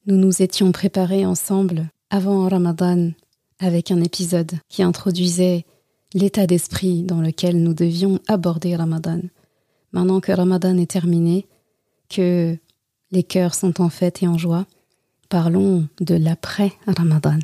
Nous nous étions préparés ensemble avant Ramadan avec un épisode qui introduisait l'état d'esprit dans lequel nous devions aborder Ramadan. Maintenant que Ramadan est terminé, que les cœurs sont en fête et en joie, parlons de l'après-Ramadan.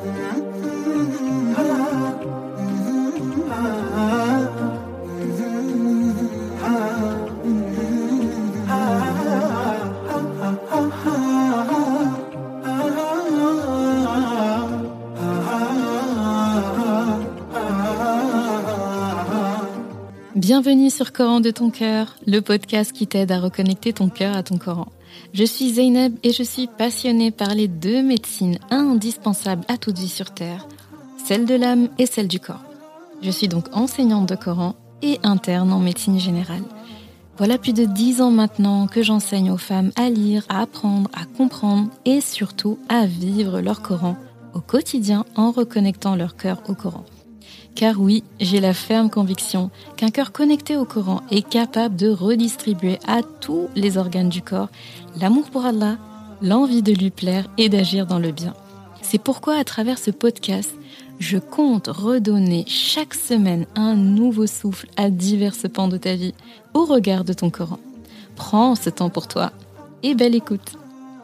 Bienvenue sur Coran de ton cœur, le podcast qui t'aide à reconnecter ton cœur à ton Coran. Je suis Zeynep et je suis passionnée par les deux médecines indispensables à toute vie sur Terre, celle de l'âme et celle du corps. Je suis donc enseignante de Coran et interne en médecine générale. Voilà plus de 10 ans maintenant que j'enseigne aux femmes à lire, à apprendre, à comprendre et surtout à vivre leur Coran au quotidien en reconnectant leur cœur au Coran. Car oui, j'ai la ferme conviction qu'un cœur connecté au Coran est capable de redistribuer à tous les organes du corps l'amour pour Allah, l'envie de lui plaire et d'agir dans le bien. C'est pourquoi à travers ce podcast, je compte redonner chaque semaine un nouveau souffle à divers pans de ta vie au regard de ton Coran. Prends ce temps pour toi et belle écoute.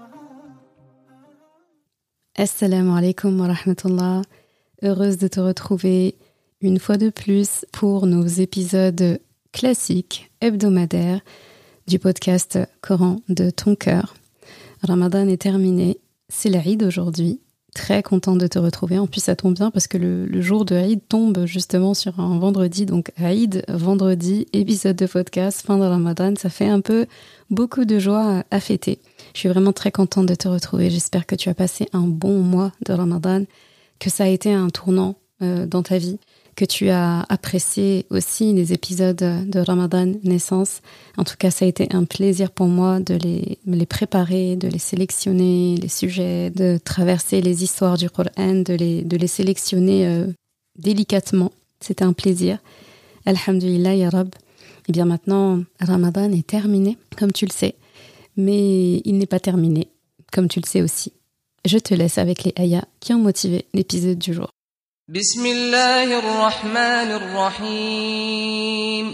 Assalamu alaikum wa rahmatullah. Heureuse de te retrouver une fois de plus pour nos épisodes classiques, hebdomadaires du podcast Coran de ton cœur. Ramadan est terminé, c'est l'Aïd aujourd'hui. Très contente de te retrouver. En plus, ça tombe bien parce que le jour de Aïd tombe justement sur un vendredi. Donc Aïd, vendredi, épisode de podcast, fin de Ramadan. Ça fait un peu beaucoup de joie à fêter. Je suis vraiment très contente de te retrouver. J'espère que tu as passé un bon mois de Ramadan, que ça a été un tournant dans ta vie, que tu as apprécié aussi les épisodes de Ramadan Naissance. En tout cas, ça a été un plaisir pour moi de les préparer, de les sélectionner, les sujets, de traverser les histoires du Coran, de les sélectionner délicatement. C'était un plaisir. Alhamdulillah, ya Rab. Et bien maintenant, Ramadan est terminé, comme tu le sais. Mais il n'est pas terminé, comme tu le sais aussi. Je te laisse avec les ayats qui ont motivé l'épisode du jour. بسم الله الرحمن الرحيم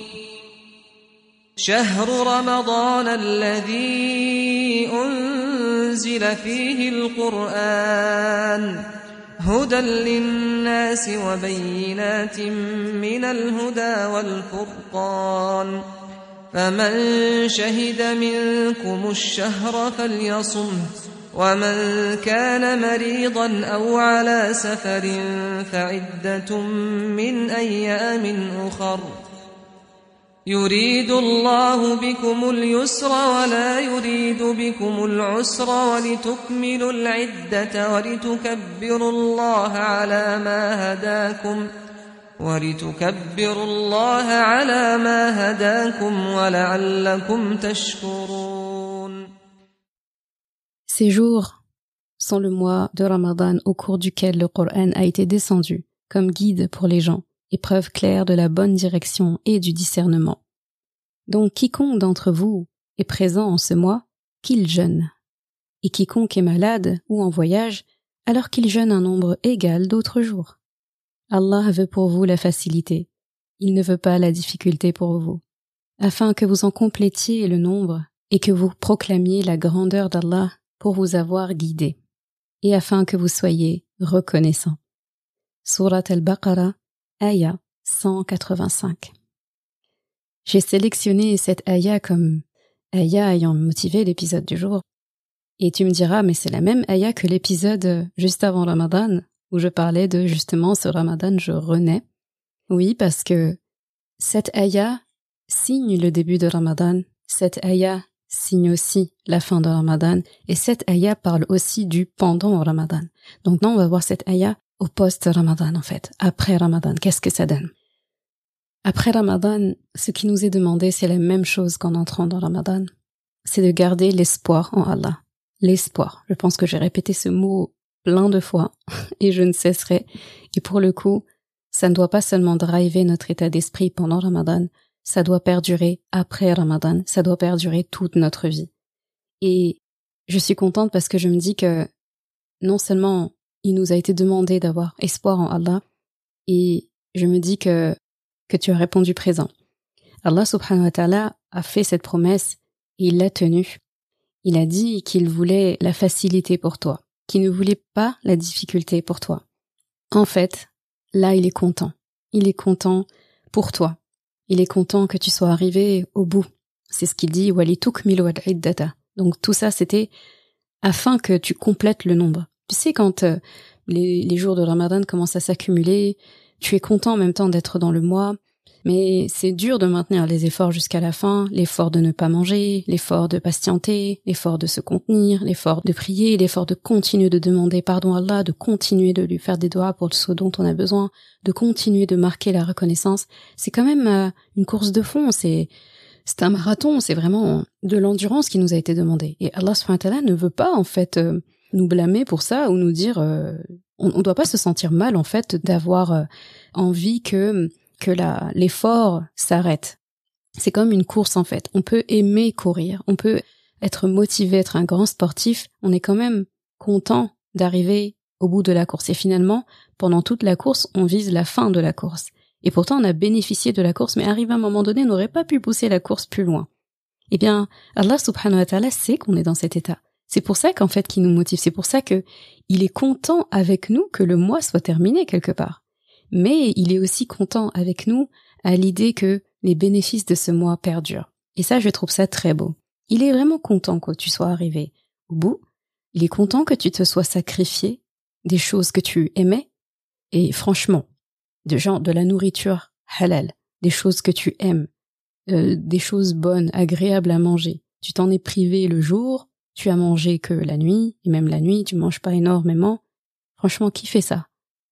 شهر رمضان الذي أنزل فيه القرآن هدى للناس وبينات من الهدى والفرقان فمن شهد منكم الشهر فليصمه ومن كان مريضا أو على سفر فعدة من أيام أخر يريد الله بكم اليسر ولا يريد بكم العسر ولتكملوا العدة ولتكبروا الله على ما هداكم ولعلكم تشكرون. Ces jours sont le mois de Ramadan au cours duquel le Coran a été descendu comme guide pour les gens et preuve claire de la bonne direction et du discernement. Donc quiconque d'entre vous est présent en ce mois, qu'il jeûne. Et quiconque est malade ou en voyage, alors qu'il jeûne un nombre égal d'autres jours. Allah veut pour vous la facilité. Il ne veut pas la difficulté pour vous. Afin que vous en complétiez le nombre et que vous proclamiez la grandeur d'Allah pour vous avoir guidé, et afin que vous soyez reconnaissants. Surat al-Baqarah, Aya 185. J'ai sélectionné cette Aya comme Aya ayant motivé l'épisode du jour. Et tu me diras, mais c'est la même Aya que l'épisode juste avant Ramadan, où je parlais de justement ce Ramadan, je renais. Oui, parce que cette Aya signe le début de Ramadan, cette Aya signe aussi la fin de Ramadan, et cette ayah parle aussi du pendant Ramadan. Donc là, on va voir cette ayah au post-Ramadan en fait, après Ramadan. Qu'est-ce que ça donne? Après Ramadan, ce qui nous est demandé, c'est la même chose qu'en entrant dans Ramadan. C'est de garder l'espoir en Allah. L'espoir. Je pense que j'ai répété ce mot plein de fois, et je ne cesserai. Et pour le coup, ça ne doit pas seulement driver notre état d'esprit pendant Ramadan, ça doit perdurer après Ramadan, ça doit perdurer toute notre vie. Et Je suis contente parce que je me dis que non seulement il nous a été demandé d'avoir espoir en Allah, et je me dis que tu as répondu présent. Allah subhanahu wa ta'ala a fait cette promesse et il l'a tenue. Il a dit qu'il voulait la facilité pour toi, qu'il ne voulait pas la difficulté pour toi. En fait, là il est content. Il est content pour toi. Il est content que tu sois arrivé au bout. C'est ce qu'il dit, walitukmilu al-iddata. Donc tout ça c'était afin que tu complètes le nombre. Tu sais quand les jours de Ramadan commencent à s'accumuler, tu es content en même temps d'être dans le mois, mais c'est dur de maintenir les efforts jusqu'à la fin, l'effort de ne pas manger, l'effort de patienter, l'effort de se contenir, l'effort de prier, l'effort de continuer de demander pardon à Allah, de continuer de lui faire des doigts pour ce dont on a besoin, de continuer de marquer la reconnaissance. C'est quand même une course de fond, c'est un marathon, c'est vraiment de l'endurance qui nous a été demandée. Et Allah subhanahu wa ta'ala ne veut pas en fait nous blâmer pour ça ou nous dire on doit pas se sentir mal en fait d'avoir envie que l'effort s'arrête. C'est comme une course en fait. On peut aimer courir, on peut être motivé, être un grand sportif, on est quand même content d'arriver au bout de la course. Et finalement, pendant toute la course, on vise la fin de la course. Et pourtant, on a bénéficié de la course, mais arrivé à un moment donné, on n'aurait pas pu pousser la course plus loin. Eh bien, Allah subhanahu wa ta'ala sait qu'on est dans cet état. C'est pour ça qu'en fait, qu'il nous motive. C'est pour ça que il est content avec nous que le mois soit terminé quelque part. Mais il est aussi content avec nous à l'idée que les bénéfices de ce mois perdurent. Et ça, je trouve ça très beau. Il est vraiment content que tu sois arrivé au bout. Il est content que tu te sois sacrifié des choses que tu aimais. Et franchement, de la nourriture halal, des choses que tu aimes, des choses bonnes, agréables à manger. Tu t'en es privé le jour, tu as mangé que la nuit, et même la nuit, tu manges pas énormément. Franchement, qui fait ça?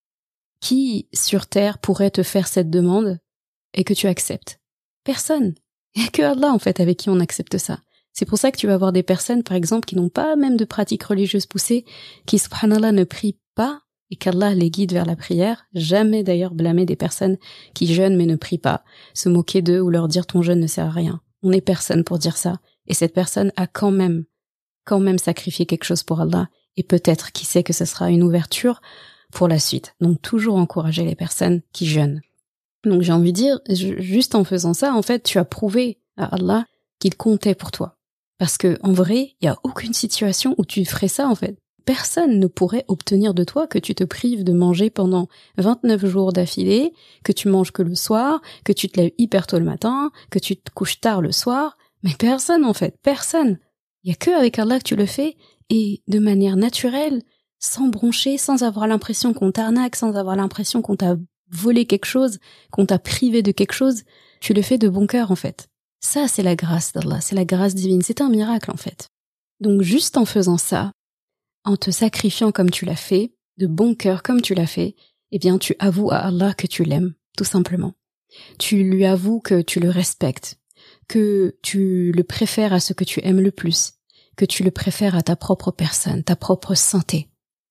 Qui sur terre pourrait te faire cette demande et que tu acceptes? Personne. Il n'y a que Allah en fait avec qui on accepte ça. C'est pour ça que tu vas voir des personnes par exemple qui n'ont pas même de pratiques religieuses poussées, qui subhanallah ne prient pas et qu'Allah les guide vers la prière. Jamais d'ailleurs blâmer des personnes qui jeûnent mais ne prient pas, se moquer d'eux ou leur dire ton jeûne ne sert à rien. On n'est personne pour dire ça. Et cette personne a quand même sacrifié quelque chose pour Allah et peut-être qui sait que ce sera une ouverture pour la suite. Donc toujours encourager les personnes qui jeûnent. Donc j'ai envie de dire, juste en faisant ça, en fait, tu as prouvé à Allah qu'il comptait pour toi. Parce que en vrai, il y a aucune situation où tu ferais ça en fait. Personne ne pourrait obtenir de toi que tu te prives de manger pendant 29 jours d'affilée, que tu manges que le soir, que tu te lèves hyper tôt le matin, que tu te couches tard le soir. Mais personne en fait, personne. Il y a que avec Allah que tu le fais et de manière naturelle, sans broncher, sans avoir l'impression qu'on t'arnaque, sans avoir l'impression qu'on t'a volé quelque chose, qu'on t'a privé de quelque chose. Tu le fais de bon cœur en fait. Ça, c'est la grâce d'Allah, c'est la grâce divine, c'est un miracle en fait. Donc juste en faisant ça, en te sacrifiant comme tu l'as fait, de bon cœur comme tu l'as fait, eh bien tu avoues à Allah que tu l'aimes, tout simplement. Tu lui avoues que tu le respectes, que tu le préfères à ce que tu aimes le plus, que tu le préfères à ta propre personne, ta propre santé.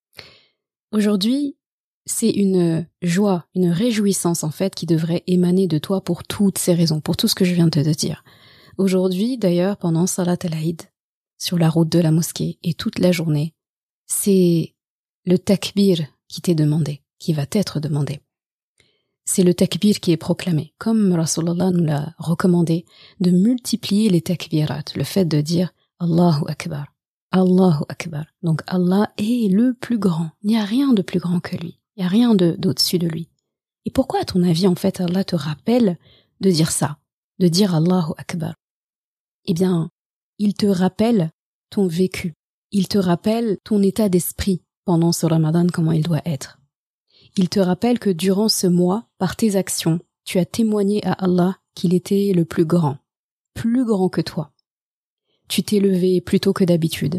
Aujourd'hui, c'est une joie, une réjouissance en fait qui devrait émaner de toi pour toutes ces raisons, pour tout ce que je viens de te dire. Aujourd'hui, d'ailleurs, pendant Salat al-Eid, sur la route de la mosquée et toute la journée, c'est le takbir qui t'est demandé, qui va t'être demandé. C'est le takbir qui est proclamé, comme Rasulallah nous l'a recommandé, de multiplier les takbirat, le fait de dire Allahu Akbar, Allahu Akbar. Donc Allah est le plus grand, il n'y a rien de plus grand que lui. Il n'y a rien d'au-dessus de lui. Et pourquoi, à ton avis, en fait, Allah te rappelle de dire ça, de dire Allahu Akbar? Eh bien, il te rappelle ton vécu. Il te rappelle ton état d'esprit pendant ce Ramadan, comment il doit être. Il te rappelle que durant ce mois, par tes actions, tu as témoigné à Allah qu'il était le plus grand que toi. Tu t'es levé plus tôt que d'habitude.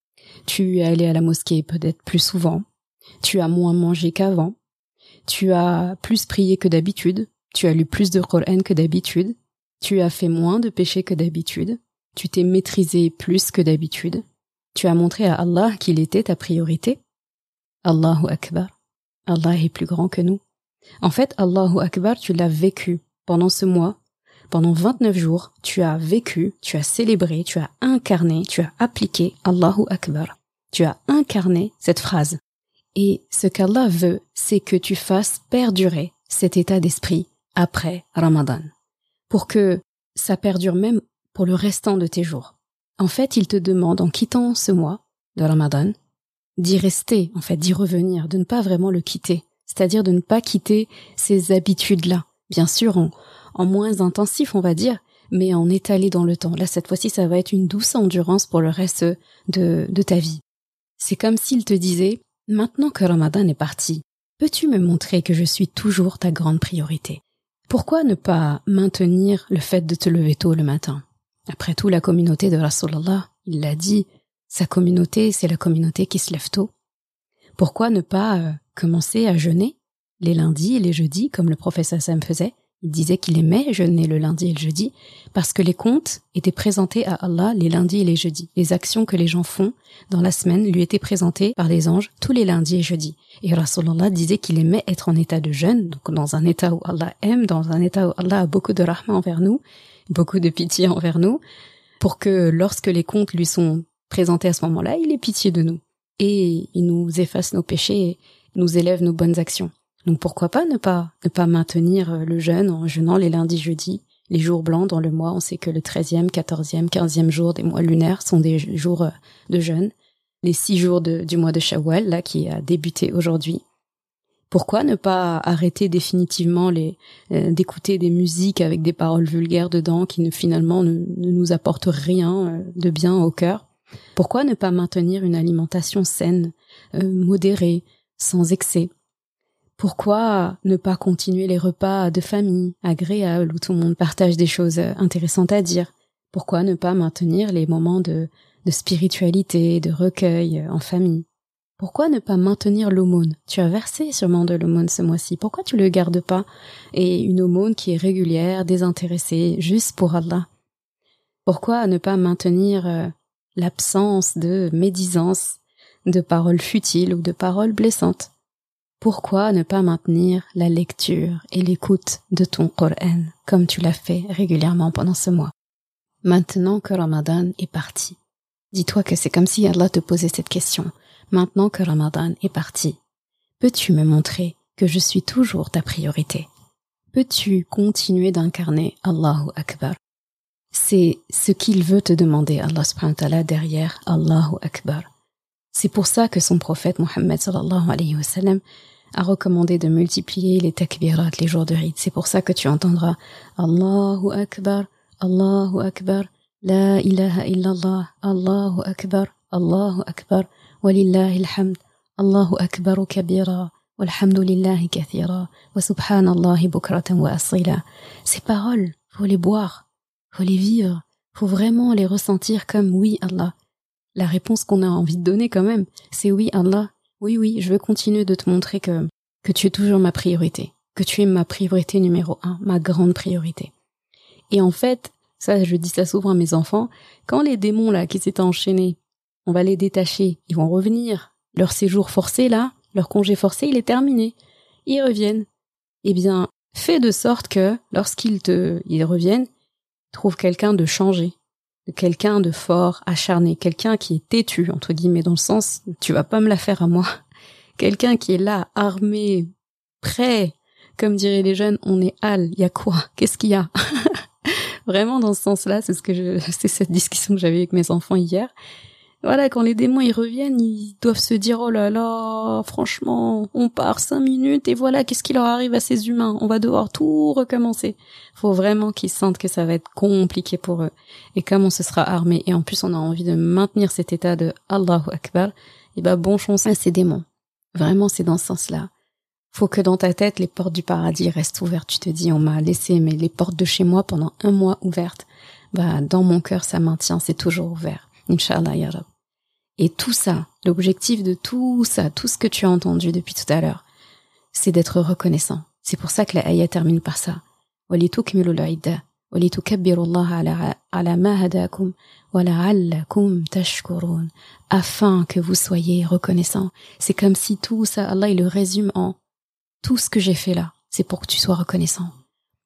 Tu es allé à la mosquée peut-être plus souvent. Tu as moins mangé qu'avant, tu as plus prié que d'habitude, tu as lu plus de Coran que d'habitude, tu as fait moins de péchés que d'habitude, tu t'es maîtrisé plus que d'habitude, tu as montré à Allah qu'il était ta priorité. Allahu Akbar, Allah est plus grand que nous. En fait, Allahu Akbar, tu l'as vécu pendant ce mois, Pendant 29 jours, tu as vécu, tu as célébré, tu as incarné, tu as appliqué Allahu Akbar. Tu as incarné cette phrase. Et ce qu'Allah veut, c'est que tu fasses perdurer cet état d'esprit après Ramadan. Pour que ça perdure même pour le restant de tes jours. En fait, il te demande, en quittant ce mois de Ramadan, d'y rester, en fait, d'y revenir, de ne pas vraiment le quitter. C'est-à-dire de ne pas quitter ces habitudes-là. Bien sûr, en moins intensif, on va dire, mais en étalé dans le temps. Là, cette fois-ci, ça va être une douce endurance pour le reste de ta vie. C'est comme s'il te disait, maintenant que Ramadan est parti, peux-tu me montrer que je suis toujours ta grande priorité? Pourquoi ne pas maintenir le fait de te lever tôt le matin? Après tout, la communauté de Rasulallah, il l'a dit, sa communauté, c'est la communauté qui se lève tôt. Pourquoi ne pas commencer à jeûner les lundis et les jeudis, comme le prophète Sam faisait? Il disait qu'il aimait jeûner le lundi et le jeudi, parce que les comptes étaient présentés à Allah les lundis et les jeudis. Les actions que les gens font dans la semaine lui étaient présentées par les anges tous les lundis et jeudis. Et Rasulallah disait qu'il aimait être en état de jeûne, donc dans un état où Allah aime, dans un état où Allah a beaucoup de rahma envers nous, beaucoup de pitié envers nous, pour que lorsque les comptes lui sont présentés à ce moment-là, il ait pitié de nous. Et il nous efface nos péchés et nous élève nos bonnes actions. Donc pourquoi pas ne pas maintenir le jeûne en jeûnant les lundis, jeudis, les jours blancs dans le mois. On sait que le 13e, 14e, 15e jour des mois lunaires sont des jours de jeûne. Les 6 jours du mois de Shawwal, là, qui a débuté aujourd'hui. Pourquoi ne pas arrêter définitivement d'écouter des musiques avec des paroles vulgaires dedans qui finalement ne nous apportent rien de bien au cœur? Pourquoi ne pas maintenir une alimentation saine, modérée, sans excès? Pourquoi ne pas continuer les repas de famille, agréables, où tout le monde partage des choses intéressantes à dire? Pourquoi ne pas maintenir les moments de spiritualité, de recueil en famille? Pourquoi ne pas maintenir l'aumône? Tu as versé sûrement de l'aumône ce mois-ci. Pourquoi tu le gardes pas? Et une aumône qui est régulière, désintéressée, juste pour Allah. Pourquoi ne pas maintenir l'absence de médisance, de paroles futiles ou de paroles blessantes? Pourquoi ne pas maintenir la lecture et l'écoute de ton Coran, comme tu l'as fait régulièrement pendant ce mois? Maintenant que Ramadan est parti, dis-toi que c'est comme si Allah te posait cette question. Maintenant que Ramadan est parti, peux-tu me montrer que je suis toujours ta priorité? Peux-tu continuer d'incarner Allahu Akbar? C'est ce qu'il veut te demander, Allah subhanahu wa ta'ala, derrière Allahu Akbar. C'est pour ça que son prophète Mohammed sallallahu alayhi wa sallam a recommandé de multiplier les takbirat les jours de Eid. C'est pour ça que tu entendras Allahu Akbar, la ilaha illallah, Allahu Akbar, walillahi alhamd, Allahu Akbar kabira, walhamdulillahi kathira, wa subhanallahi bukratan wa asila. Ces paroles, faut les boire, faut les vivre, faut vraiment les ressentir comme oui Allah. La réponse qu'on a envie de donner quand même, c'est oui Allah, oui, je veux continuer de te montrer que tu es toujours ma priorité, que tu es ma priorité numéro 1, ma grande priorité. Et en fait, ça je dis ça souvent à mes enfants, quand les démons là qui s'étaient enchaînés, on va les détacher, ils vont revenir, leur séjour forcé là, leur congé forcé, il est terminé, ils reviennent. Eh bien, fais de sorte que lorsqu'ils reviennent, trouve quelqu'un de changé, quelqu'un de fort, acharné, quelqu'un qui est têtu, entre guillemets, dans le sens, tu vas pas me la faire à moi. Quelqu'un qui est là, armé, prêt, comme diraient les jeunes, on est hal, y a quoi? Qu'est-ce qu'il y a? Vraiment dans ce sens-là, c'est cette discussion que j'avais avec mes enfants hier. Voilà, quand les démons ils reviennent, ils doivent se dire, oh là là, franchement, on part 5 minutes et voilà, qu'est-ce qui leur arrive à ces humains? On va devoir tout recommencer. Faut vraiment qu'ils sentent que ça va être compliqué pour eux. Et comme on se sera armé, et en plus on a envie de maintenir cet état de Allahu Akbar, et bon chance à ces démons. Vraiment, c'est dans ce sens-là. Faut que dans ta tête, les portes du paradis restent ouvertes. Tu te dis, on m'a laissé les portes de chez moi pendant 1 mois ouvertes. Dans mon cœur, ça maintient, c'est toujours ouvert. Inch'Allah, ya Rab. Et tout ça, l'objectif de tout ça, tout ce que tu as entendu depuis tout à l'heure, c'est d'être reconnaissant. C'est pour ça que la ayah termine par ça. وَلِتُكْمِلُوا الْعِدَّةَ وَلِتُكَبِّرُوا اللَّهَ عَلَى مَا هَدَاكُمْ وَلَعَلَّكُمْ تَشْكُرُونَ. Afin que vous soyez reconnaissants. C'est comme si tout ça, Allah, il le résume en tout ce que j'ai fait là. C'est pour que tu sois reconnaissant.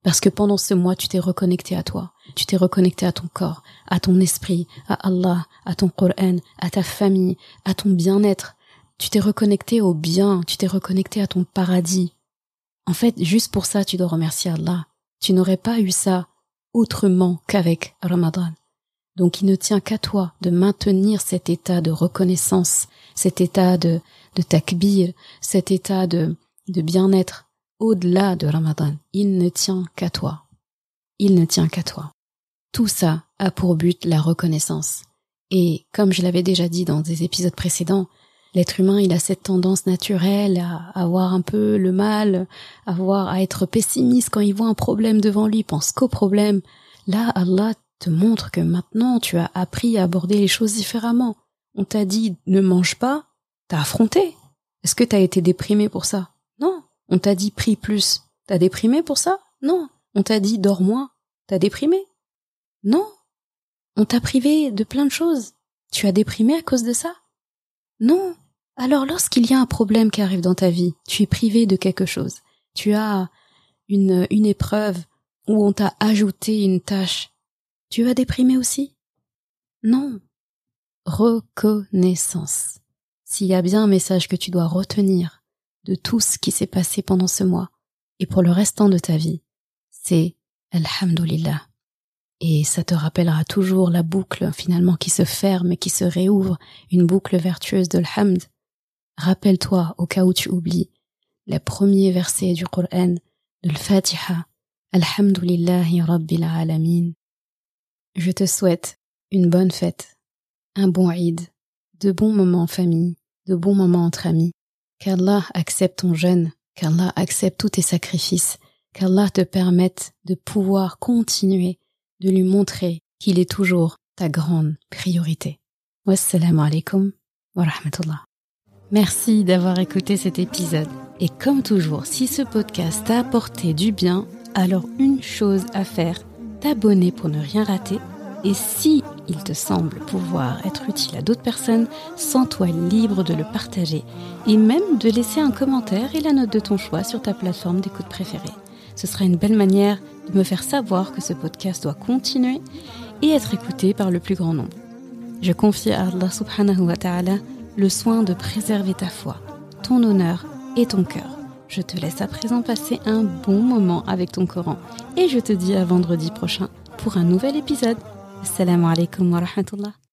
Parce que pendant ce mois, tu t'es reconnecté à toi. Tu t'es reconnecté à ton corps, à ton esprit, à Allah, à ton Coran, à ta famille, à ton bien-être. Tu t'es reconnecté au bien, tu t'es reconnecté à ton paradis. En fait, juste pour ça, tu dois remercier Allah. Tu n'aurais pas eu ça autrement qu'avec Ramadan. Donc il ne tient qu'à toi de maintenir cet état de reconnaissance, cet état de takbir, cet état de bien-être au-delà de Ramadan. Il ne tient qu'à toi. Il ne tient qu'à toi. Tout ça a pour but la reconnaissance. Et comme je l'avais déjà dit dans des épisodes précédents, l'être humain, il a cette tendance naturelle à avoir un peu le mal, à être pessimiste quand il voit un problème devant lui, il pense qu'au problème. Là, Allah te montre que maintenant, tu as appris à aborder les choses différemment. On t'a dit ne mange pas, t'as affronté. Est-ce que t'as été déprimé pour ça? Non. On t'a dit prie plus, t'as déprimé pour ça? Non. On t'a dit dors moins, t'as déprimé? Non. On t'a privé de plein de choses. Tu as déprimé à cause de ça? Non. Alors lorsqu'il y a un problème qui arrive dans ta vie, tu es privé de quelque chose. Tu as une épreuve où on t'a ajouté une tâche. Tu vas déprimer aussi? Non. Reconnaissance. S'il y a bien un message que tu dois retenir de tout ce qui s'est passé pendant ce mois et pour le restant de ta vie, c'est Alhamdulillah. Et ça te rappellera toujours la boucle finalement qui se ferme et qui se réouvre, une boucle vertueuse de l'hamd. Rappelle-toi, au cas où tu oublies, les premiers versets du Coran, de l'Fatiha, Alhamdulillahi Rabbil Alamin. Je te souhaite une bonne fête, un bon Eid, de bons moments en famille, de bons moments entre amis. Qu'Allah accepte ton jeûne, qu'Allah accepte tous tes sacrifices, qu'Allah te permette de pouvoir continuer de lui montrer qu'il est toujours ta grande priorité. Wassalamu alaikum wa rahmatullah. Merci d'avoir écouté cet épisode. Et comme toujours, si ce podcast t'a apporté du bien, alors une chose à faire, t'abonner pour ne rien rater. Et si il te semble pouvoir être utile à d'autres personnes, sens-toi libre de le partager et même de laisser un commentaire et la note de ton choix sur ta plateforme d'écoute préférée. Ce sera une belle manière de me faire savoir que ce podcast doit continuer et être écouté par le plus grand nombre. Je confie à Allah subhanahu wa ta'ala le soin de préserver ta foi, ton honneur et ton cœur. Je te laisse à présent passer un bon moment avec ton Coran et je te dis à vendredi prochain pour un nouvel épisode. Assalamu alaikum wa rahmatullah.